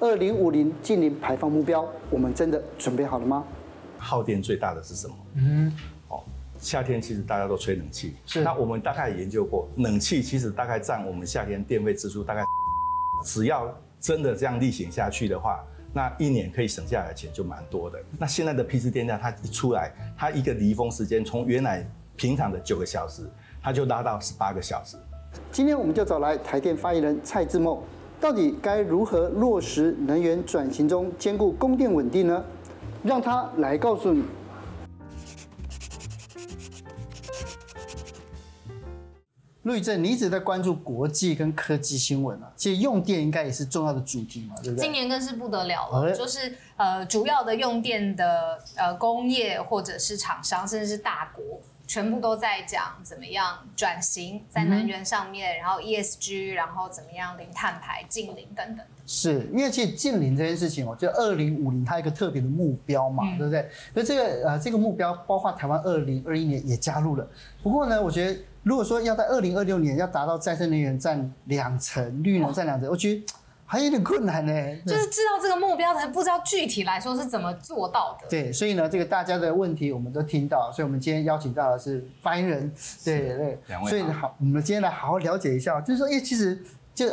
2050净零排放目标，我们真的准备好了吗？ 耗电最大的是什么？夏天其实大家都吹冷气，那我们大概研究过，冷气其实大概占我们夏天电费支出大概，只要真的这样例行下去的话，那一年可以省下来的钱就蛮多的。那现在的批次电价它一出来，它一个离峰时间从原来平常的9个小时，它就拉到18个小时。 今天我们就找来台电发言人蔡志茂，到底该如何落实能源转型中兼顾供电稳定呢？让他来告诉你。陆宇正，你一直在关注国际跟科技新闻啊，其实用电应该也是重要的主题嘛，对不对？ 今年更是不得了了，就是主要的用电的工业或者是厂商，甚至是大国，全部都在讲怎么样转型在能源上面，然后 ESG， 然后怎么样零碳排、净零等等。 是因为其实净零这件事情，就2050它有一个特别的目标嘛，对不对？那这个目标包括台湾2021年也加入了。不过呢，我觉得如果说要在2026年要达到再生能源占2成，绿能占2成，我觉得还有点困难呢。 就是知道这个目标，但不知道具体来说是怎么做到的。 对，所以呢，这个大家的问题我们都听到，所以我们今天邀请到的是发言人，对，所以好，我们今天来好好了解一下，就是说，因为其实就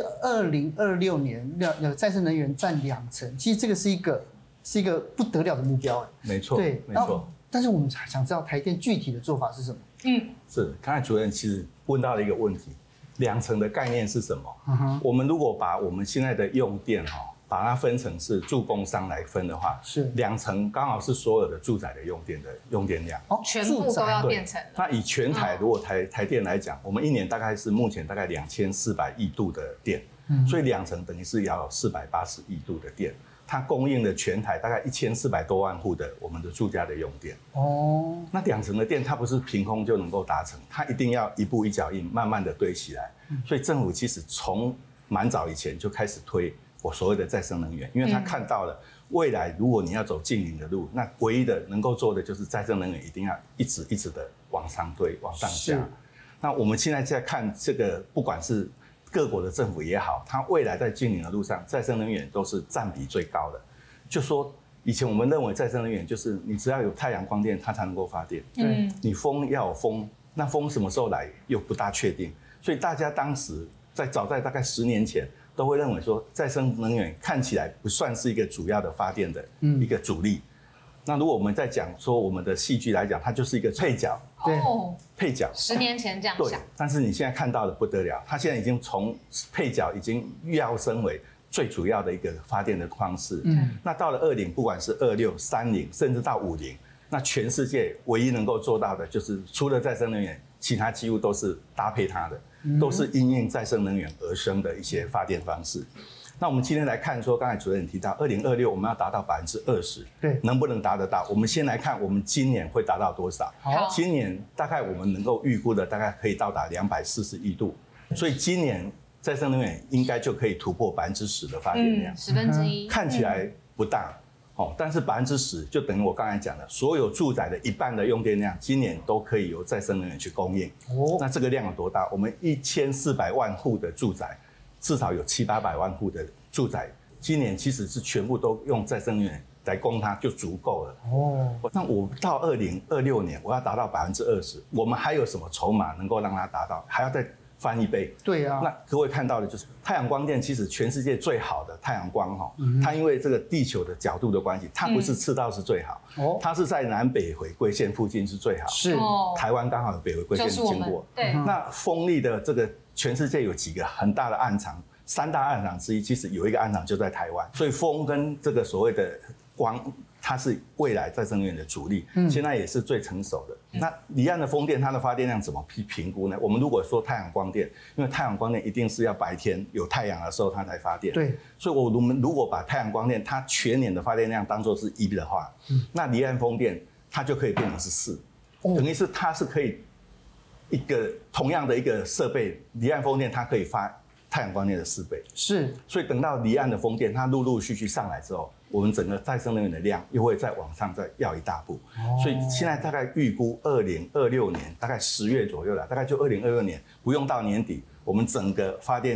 2026年再生能源占2成，其实这个是一个不得了的目标， 没错， 对， 没错。 但是我们想知道台电具体的做法是什么？ 是刚才主任其实问到了一个问题，2成的概念是什么？我们如果把我们现在的用电把它分成是住工商来分的话， 是 2成刚好是所有的住宅的用电量， 全部都要变成了。 那以全台如果台电来讲，我们一年大概是目前大概2400亿度的电，所以2成等于是要有480亿度的电。它供应了全台大概1400多万户的我们的住家的用电。那2成的电它不是凭空就能够达成，它一定要一步一脚印，慢慢的堆起来。所以政府其实从蛮早以前就开始推我所谓的再生能源，因为他看到了未来如果你要走净零的路，那唯一的能够做的就是再生能源一定要一直的往上堆，往上加。那我们现在在看这个，不管是各国的政府也好，它未来在净零的路上，再生能源都是占比最高的。就说以前我们认为再生能源就是你只要有太阳光电，它才能够发电。你风要有风，那风什么时候来又不大确定，所以大家当时早在大概10年前，都会认为说再生能源看起来不算是一个主要的发电的一个主力。那如果我们在讲说我们的戏剧来讲，它就是一个配角， 对， 配角。 10年前这样想， 但是你现在看到的不得了，它现在已经从配角已经跃升为最主要的一个发电的方式。那到了20，不管是26、30，甚至到50，那全世界唯一能够做到的就是除了再生能源，其他几乎都是搭配它的，都是因应再生能源而生的一些发电方式。那我们今天来看说，刚才主任提到2026我们要达到20%， 对， 能不能达得到？我们先来看我们今年会达到多少。 好， 今年大概我们能够预估的大概可以到达240亿度，所以今年再生能源应该就可以突破10%的发电量 1/10， 看起来不大。但是10%就等于我刚才讲的，所有住宅的一半的用电量，今年都可以由再生能源去供应。那这个量有多大？我们1400万户的住宅，至少有700-800万户的住宅，今年其实是全部都用再生能源来供它就足够了。那我到2026年我要达到20%，我们还有什么筹码能够让它达到？还要再翻一倍。 对啊。 那各位看到的就是太阳光电，其实全世界最好的太阳光它因为这个地球的角度的关系，它不是赤道是最好，它是在南北回归线附近是最好。 是。 台湾刚好有北回归线经过。 对。 那风力的这个全世界有几个很大的暗场，3大暗场之一，其实有一个暗场就在台湾，所以风跟这个所谓的光，它是未来再生能源的主力，现在也是最成熟的。那离岸的风电，它的发电量怎么评估呢？我们如果说太阳光电，因为太阳光电一定是要白天有太阳的时候它才发电， 对， 所以我们如果把太阳光电它全年的发电量当作是1的话，那离岸风电它就可以变成是4，等于是它是可以一个同样的一个设备，离岸风电它可以发太阳光电的4倍， 是， 所以等到离岸的风电它陆续上来之后，我们整个再生能源的量又会再往上再要一大步。所以现在大概预估2026年大概10月左右了，大概就2026年不用到年底，我们整个发电量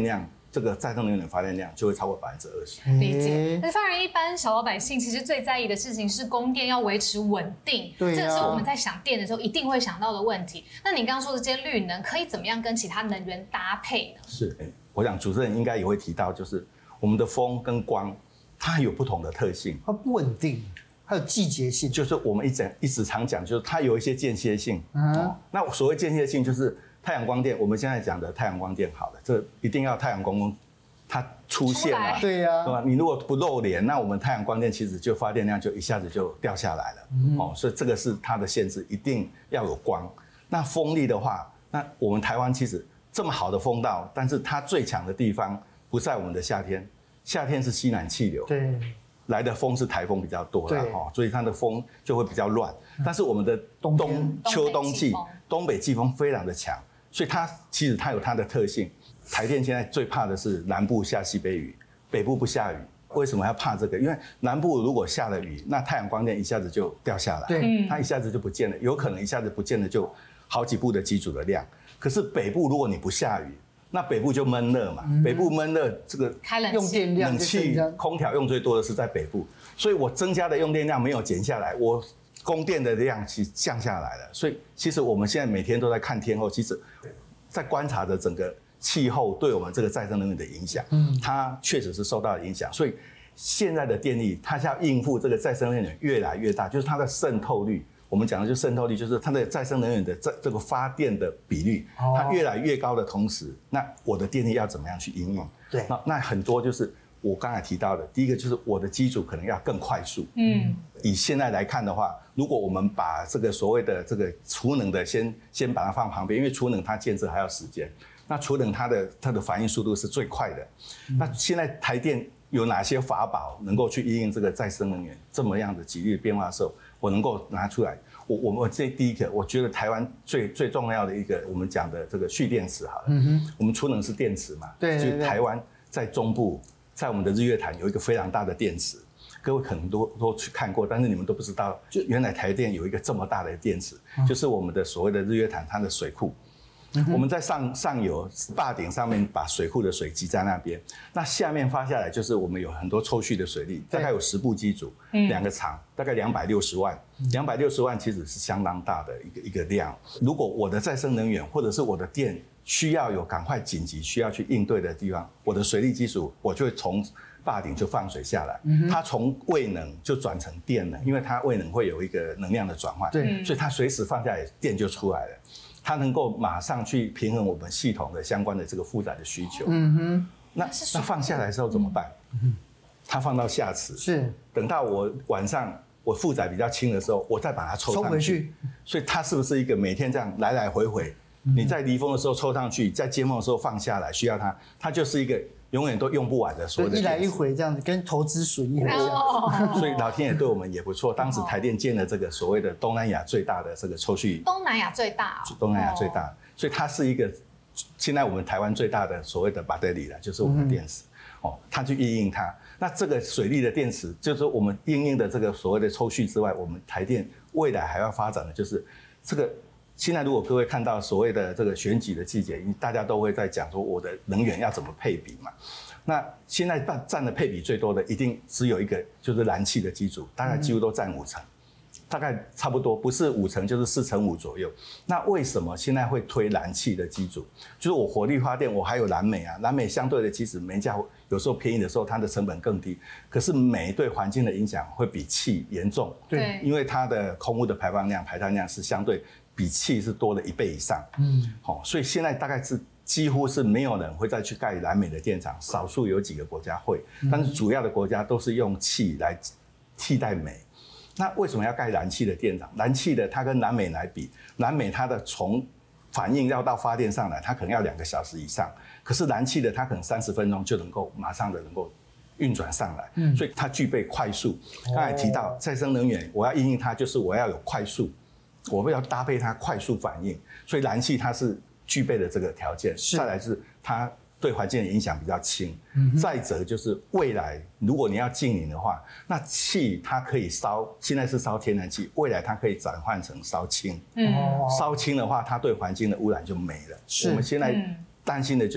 这个再生能源发电量就会超过20%。 理解。但是当然，一般小老百姓其实最在意的事情是供电要维持稳定， 对啊， 这是我们在想电的时候一定会想到的问题。那你刚刚说的这些绿能可以怎么样跟其他能源搭配呢？ 是，我想主持人应该也会提到，就是我们的风跟光，它有不同的特性， 它不稳定。还有季节性， 就是我们一直常讲，就是它有一些间歇性。那所谓间歇性，就是太阳光电，我们现在讲的太阳光电好了，这一定要太阳光它出现了， 对呀， 对吧？你如果不露脸，那我们太阳光电其实就发电量就一下子就掉下来了。所以这个是它的限制，一定要有光。那风力的话，那我们台湾其实这么好的风道，但是它最强的地方不在我们的夏天，夏天是西南气流。 对。 来的风是台风比较多啦，所以它的风就会比较乱。但是我们的秋冬季东北季风非常的强，所以其实它有它的特性。台电现在最怕的是南部下西北雨，北部不下雨。为什么要怕这个？因为南部如果下了雨，那太阳光电一下子就掉下来，它一下子就不见了，有可能一下子不见了就好几部的机组的量。可是北部如果你不下雨，那北部就闷热嘛，北部闷热，这个开用电量冷气、空调用最多的是在北部，所以我增加的用电量没有减下来，我供电的量其实降下来了。所以其实我们现在每天都在看天候，其实在观察着整个气候对我们这个再生能源的影响，它确实是受到了影响。所以现在的电力，它是要应付这个再生能源越来越大，就是它的渗透率。我们讲的就是渗透率，就是它的再生能源的这个发电的比率，它越来越高的同时，那我的电力要怎么样去应用？ 对， 那很多就是我刚才提到的，第一个就是我的机组可能要更快速。以现在来看的话，如果我们把这个所谓的这个储能的先把它放旁边，因为储能它建设还要时间，那储能它的反应速度是最快的。那现在台电有哪些法宝能够去因应这个再生能源这么样的急剧变化的时候，我能够拿出来？我这第一个，我觉得台湾最重要的一个，我们讲的这个蓄电池好了，我们储能是电池嘛， 对， 就台湾在中部，在我们的日月潭有一个非常大的电池，各位可能都去看过，但是你们都不知道，就原来台电有一个这么大的电池，就是我们的所谓的日月潭它的水库。我们在上游坝顶上面把水库的水积在那边，那下面发下来就是我们有很多抽蓄的水力，大概有10部机组，2个厂，大概260万，260万其实是相当大的一个量。如果我的再生能源或者是我的电需要有赶快紧急需要去应对的地方，我的水力机组我就会从坝顶就放水下来，它从位能就转成电能，因为它位能会有一个能量的转换，所以它随时放下来电就出来了。它能够马上去平衡我们系统的相关的这个负载的需求。那放下来之后怎么办？它放到下池， 是等到我晚上我负载比较轻的时候，我再把它抽上去。所以它是不是一个每天这样来来回回？你在离峰的时候抽上去，在接缝的时候放下来，需要它就是一个永远都用不完的所有的一来一回这样子，跟投资损益很像。 所以老天爷对我们也不错，当时台电建了这个所谓的东南亚最大的这个抽蓄。 东南亚最大。 东南亚最大，所以它是一个现在我们台湾最大的所谓的 battery 了，就是我们的电池。它去因应它。那这个水力的电池，就是我们因应的这个所谓的抽蓄之外，我们台电未来还要发展的就是这个。现在如果各位看到所谓的这个选举的季节，大家都会在讲说我的能源要怎么配比嘛。那现在占的配比最多的一定只有一个，就是燃气的机组，大概几乎都占50%，大概差不多不是50%就是4%-5%左右。那为什么现在会推燃气的机组？就是我火力发电，我还有燃煤啊，燃煤相对的其实煤价有时候便宜的时候，它的成本更低，可是煤对环境的影响会比气严重， 对， 因为它的空污的排放量、排碳量是相对比气是多了1倍以上。所以现在大概是几乎是没有人会再去盖燃煤的电厂，少数有几个国家会，但是主要的国家都是用气来替代煤。那为什么要盖燃气的电厂？燃气的它跟燃煤来比，燃煤它的从反应要到发电上来，它可能要2个小时以上，可是燃气的它可能30分钟就能够马上的能够运转上来，所以它具备快速。刚才提到再生能源，我要因应它，就是我要有快速，我要搭配它快速反应，所以燃气它是具备的这个条件。再来是它对环境的影响比较轻，再者就是未来如果你要净零的话，那气它可以烧，现在是烧天然气，未来它可以转换成烧氢。烧氢的话，它对环境的污染就没了。我们现在担心的就是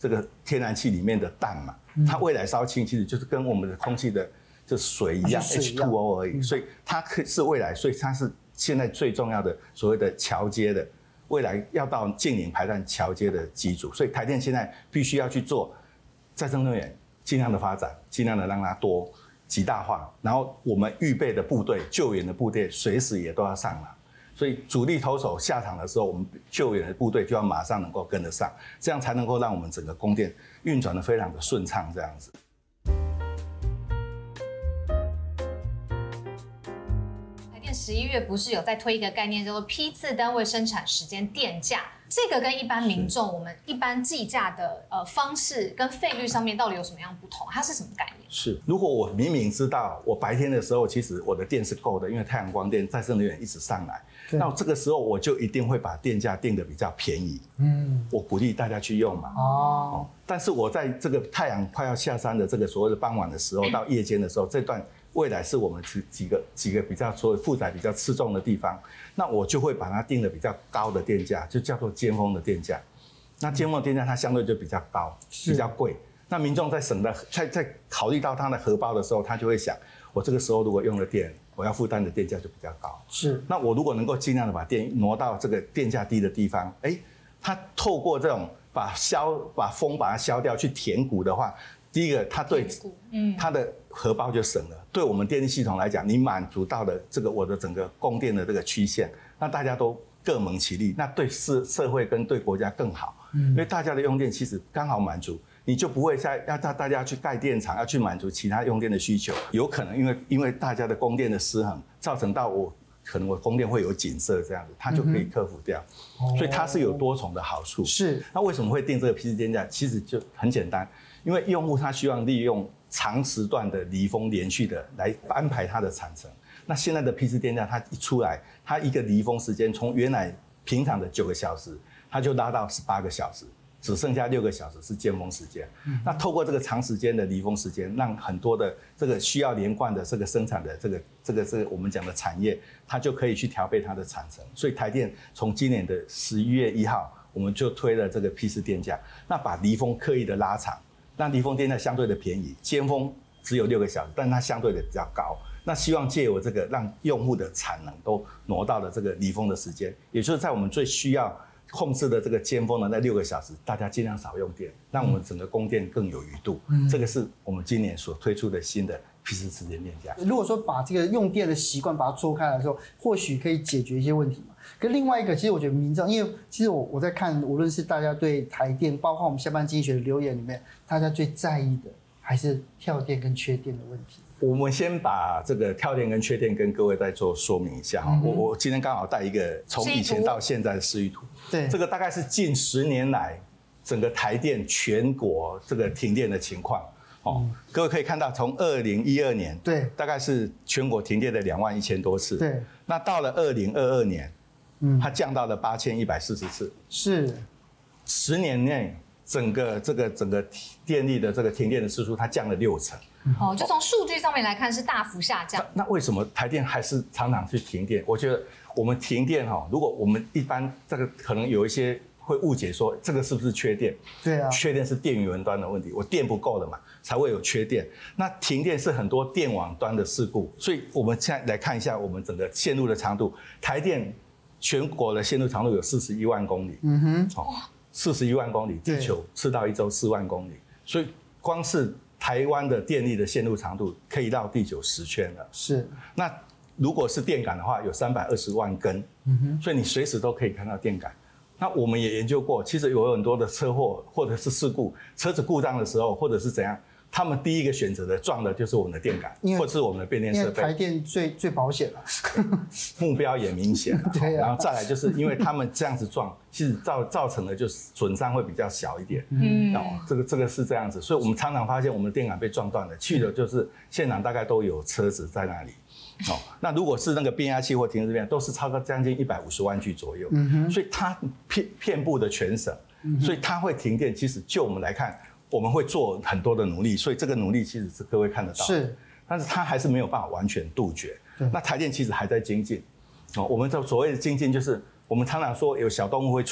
这个天然气里面的氮嘛，它未来烧氢其实就是跟我们的空气的就水一样 H2O 而已，所以它是未来，所以它是现在最重要的所谓的桥接的，未来要到净零排碳桥接的机组，所以台电现在必须要去做再生能源，尽量的发展，尽量的让它多极大化，然后我们预备的部队、救援的部队随时也都要上来。所以主力投手下场的时候，我们救援的部队就要马上能够跟得上，这样才能够让我们整个供电运转的非常的顺畅，这样子。 台电11月不是有在推一个概念叫做批次单位生产时间电价，这个跟一般民众我们一般计价的方式跟费率上面到底有什么样不同？它是什么概念？ 是，如果我明明知道我白天的时候其实我的电是够的，因为太阳光电、再生能源一直上来，那这个时候我就一定会把电价定得比较便宜。我鼓励大家去用嘛。但是我在这个太阳快要下山的这个所谓的傍晚的时候到夜间的时候，这段未来是我们几个比较所谓负载比较吃重的地方，那我就会把它定得比较高的电价，就叫做尖峰的电价。那尖峰的电价它相对就比较高，比较贵。那民众在考虑到他的荷包的时候，他就会想，我这个时候如果用了电，我要负担的电价就比较高。是，那我如果能够尽量的把电挪到这个电价低的地方，它透过这种把风把它消掉去填谷的话，第一个它对它的荷包就省了，对我们电力系统来讲，你满足到的这个我的整个供电的这个曲线，那大家都各谋其利，那对社会跟对国家更好。因为大家的用电其实刚好满足，你就不会要大家去盖电厂，要去满足其他用电的需求。有可能因为大家的供电的失衡，造成到可能我供电会有紧塞这样子，它就可以克服掉。所以它是有多重的好处。是，那为什么会定这个批次电价？其实就很简单，因为用户他希望利用长时段的离峰连续的来安排它的产程。那现在的批次电价它一出来，它一个离峰时间从原来平常的9个小时，它就拉到18个小时，只剩下6个小时是尖峰时间。那透过这个长时间的离峰时间，让很多的这个需要连贯的这个生产的这个我们讲的产业，它就可以去调配它的产程。所以台电从今年的11月1号，我们就推了这个批次电价，那把离峰刻意的拉长，让离峰电价相对的便宜，尖峰只有6个小时，但它相对的比较高。那希望借由这个让用户的产能都挪到了这个离峰的时间，也就是在我们最需要控制的这个尖峰的那6个小时，大家尽量少用电，让我们整个供电更有余度。这个是我们今年所推出的新的批次时间电价。 如果说把这个用电的习惯把它做开来的时候，或许可以解决一些问题嘛。跟另外一个，其实我觉得民众，因为其实我在看，无论是大家对台电，包括我们下班经济学的留言里面，大家最在意的还是跳电跟缺电的问题。 我们先把这个跳电跟缺电跟各位再做说明一下。我今天刚好带一个从以前到现在的示意图。对，这个大概是近10年来整个台电全国这个停电的情况。各位可以看到，从2012年，对，大概是全国停电的21000多次。对，那到了2022年，它降到了8140次。是，10年内整个电力的这个停电的次数，它降了60%。 就从数据上面来看是大幅下降。 那为什么台电还是常常去停电？我觉得我们停电如果我们一般这个可能有一些会误解说这个是不是缺电？对啊，缺电是电源端的问题，我电不够了嘛，才会有缺电。那停电是很多电网端的事故，所以我们现在来看一下我们整个线路的长度，台电全国的线路长度有41万公里。41万公里，地球赤道一周4万公里，所以光是台湾的电力的线路长度可以绕地球10圈了。是，那如果是电感的话，有320万根，所以你随时都可以看到电感。那我们也研究过，其实有很多的车祸或者是事故，车子故障的时候，或者是怎样，他们第一个选择的撞的就是我们的电感，或者是我们的变电设备。 台电最保险了， 目标也明显了。对啊，然后再来就是因为他们这样子撞，其实造成的就是损伤会比较小一点。这个是这样子，所以我们常常发现我们的电感被撞断了，去的就是现场大概都有车子在那里。那如果是那个变压器或停止变，都是超过将近150万具左右。所以它遍布的全省，所以它会停电。其实就我们来看，我们会做很多的努力，所以这个努力其实是各位看得到的。是，但是它还是没有办法完全杜绝。那台电其实还在精进。我们所谓的精进就是我们常常说有小动物会出来，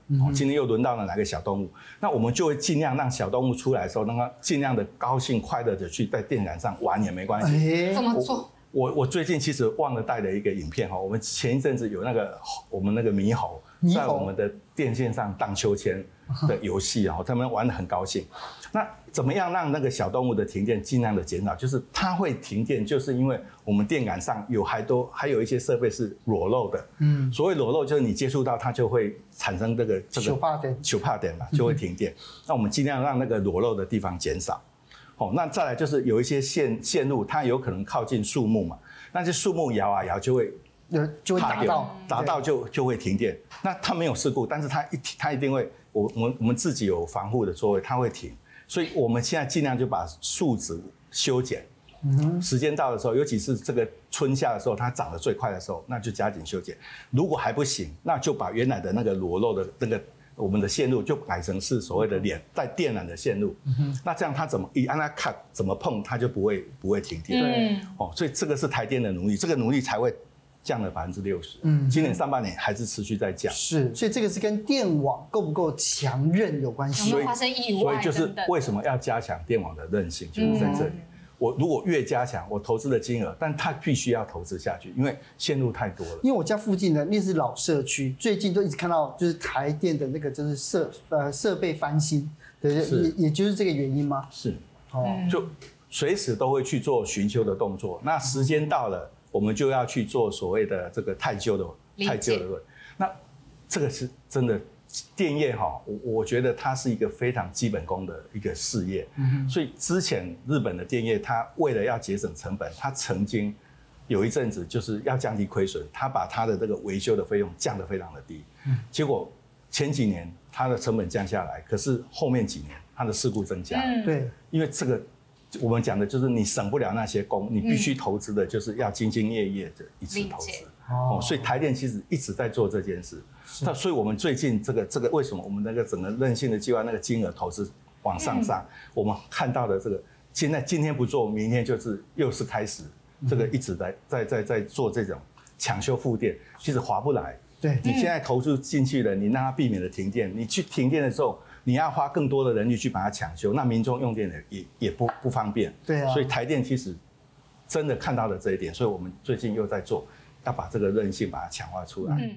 今天又轮到了哪个小动物，那我们就会尽量让小动物出来的时候，让它尽量的高兴快乐的去在电杆上玩也没关系。 怎么做？ 我最近其实忘了带了一个影片哈，我们前一阵子有我们那个猕猴在我们的电线上荡秋千的游戏啊，他们玩得很高兴。那怎么样让那个小动物的停电尽量的减少？就是它会停电，就是因为我们电杆上还有一些设备是裸露的。所谓裸露就是你接触到它就会产生这个球怕点嘛，就会停电。那我们尽量让那个裸露的地方减少。那再来就是有一些线路，它有可能靠近树木嘛，那些树木摇啊摇就会打到就会停电。那它没有事故，但是它一定会，我们自己有防护的座位，它会停。所以我们现在尽量就把树枝修剪。时间到的时候，尤其是这个春夏的时候，它长得最快的时候，那就加紧修剪。如果还不行，那就把原来的那个裸露的那个我们的线路就改成是所谓的带电缆的线路。那这样它按它看怎么碰，它就不会停电。所以这个是台电的努力，这个努力才会降了60%。今年上半年还是持续在降。 是，所以这个是跟电网够不够强韧有关系。 有没有发生意外？ 所以就是为什么要加强电网的韧性，就是在这里。我如果越加强，我投资的金额，但它必须要投资下去，因为线路太多了。 因为我家附近的那是老社区，最近都一直看到就是台电的那个就是设备翻新，也就是这个原因吗？ 是，就随时都会去做寻修的动作。那时间到了，我们就要去做所谓的这个太旧的论。那这个是真的。电业我觉得它是一个非常基本功的一个事业。所以之前日本的电业，它为了要节省成本，它曾经有一阵子就是要降低亏损，它把它的这个维修的费用降得非常的低。结果前几年它的成本降下来，可是后面几年它的事故增加。 对， 因为这个我们讲的就是你省不了那些工，你必须投资的就是要兢兢业业的一次投资。所以台电其实一直在做这件事。那所以我们最近这个为什么我们那个整个韧性的计划那个金额投资往上涨，我们看到的这个今天不做，明天又是开始这个一直在做这种抢修复电，其实划不来。 对， 你现在投入进去了，你让它避免了停电，你去停电的时候，你要花更多的人力去把它抢修，那民众用电的也不方便。 对啊， 所以台电其实真的看到了这一点，所以我们最近又在做，要把这个韧性把它强化出来。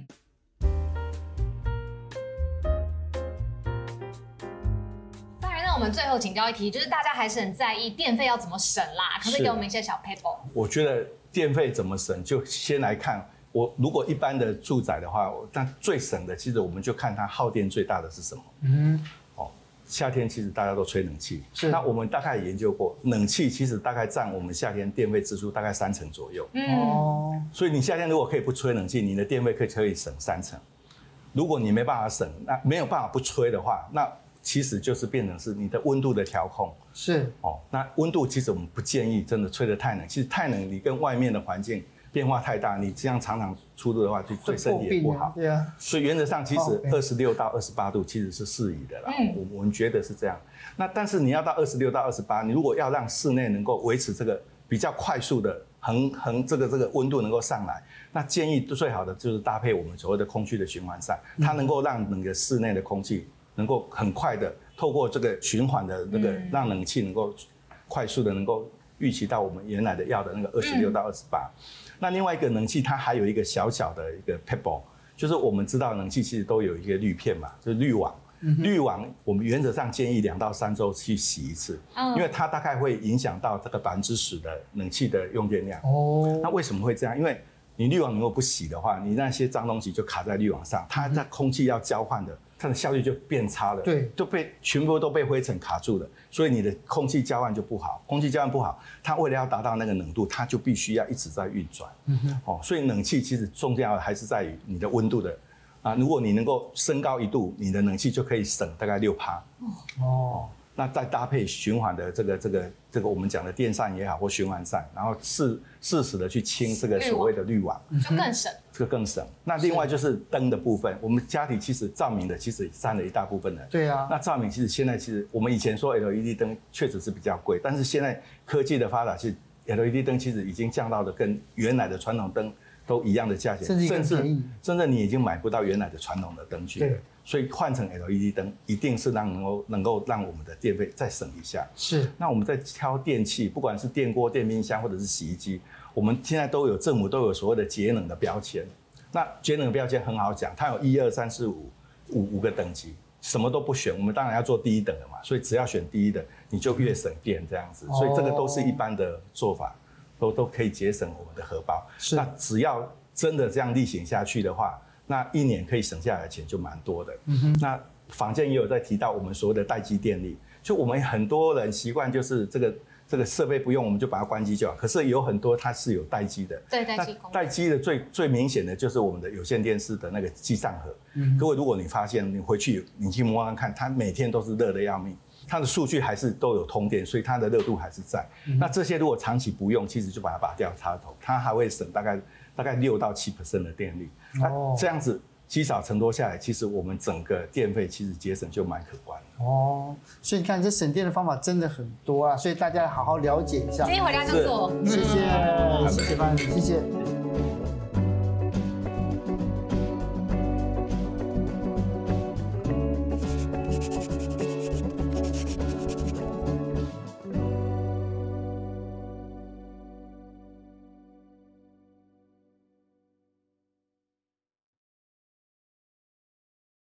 我们最后请教一题，就是大家还是很在意电费要怎么省啦，可不可以给我们一些小 paper？ 我觉得电费怎么省，就先来看如果一般的住宅的话，那最省的其实我们就看它耗电最大的是什么。夏天其实大家都吹冷气，那我们大概也研究过，冷气其实大概占我们夏天电费支出大概30%左右。所以你夏天如果可以不吹冷气，你的电费可以省30%。如果你没办法省，那没有办法不吹的话，那其实就是变成是你的温度的调控。那温度其实我们不建议真的吹得太冷，其实太冷你跟外面的环境变化太大，你这样常常出入的话，对身体也不好。所以原则上其实26到28度其实是适宜的啦。我们觉得是这样。那但是你要到26到28，你如果要让室内能够维持这个比较快速的这个温度能够上来，那建议最好的就是搭配我们所谓的空气的循环扇，它能够让整个室内的空气能够很快的透过这个循环的那个，让冷气能够快速的能够预期到我们原来的要的那个26到28。那另外一个冷气它还有一个小小的一个 pebble， 就是我们知道冷气其实都有一个滤片嘛，就是滤网。滤网我们原则上建议2到3周去洗一次，因为它大概会影响到这个10%的冷气的用电量。那为什么会这样？因为你滤网如果不洗的话，你那些脏东西就卡在滤网上，它在空气要交换的，它的效率就变差了。 对， 全部都被灰尘卡住了，所以你的空气交换就不好。空气交换不好，它为了要达到那个冷度，它就必须要一直在运转。所以冷气其实重要的还是在于你的温度的。如果你能够升高1度，你的冷气就可以省大概6%。那再搭配循环的这个我们讲的电扇也好，或循环扇，然后适时的去清这个所谓的滤网， 就更省。 这个更省。那另外就是灯的部分，我们家里其实照明的其实占了一大部分的。 对啊。 那照明其实我们以前说 LED 灯确实是比较贵，但是现在科技的发达，其实 LED 灯其实已经降到的跟原来的传统灯都一样的价钱，甚至你已经买不到原来的传统的灯具了。所以换成 LED 灯，一定是能够让我们的电费再省一下。 是。那我们在挑电器，不管是电锅、电冰箱或者是洗衣机，我们现在政府都有所谓的节能的标签。那节能的标签很好讲，它有1、2、3、4、5个等级，什么都不选，我们当然要做第一等的嘛。所以只要选第一的，你就越省电这样子。所以这个都是一般的做法，都可以节省我们的荷包。那只要真的这样例行下去的话，那一年可以省下来的钱就蛮多的。那坊间也有在提到我们所谓的待机电力，就我们很多人习惯就是这个设备不用，我们就把它关机就好。可是有很多它是有待机的。 对，待机功能。 待机的最明显的就是我们的有线电视的那个机上盒。各位，如果你发现你回去你去摸看，它每天都是热的要命，它的数据还是都有通电，所以它的热度还是在。那这些如果长期不用，其实就把它拔掉插头，它还会省大概6到7% 的电力。那这样子积少成多下来，其实我们整个电费其实节省就蛮可观的。 所以你看这省电的方法真的很多啊，所以大家好好了解一下。 今天回家就做。 谢谢，谢谢。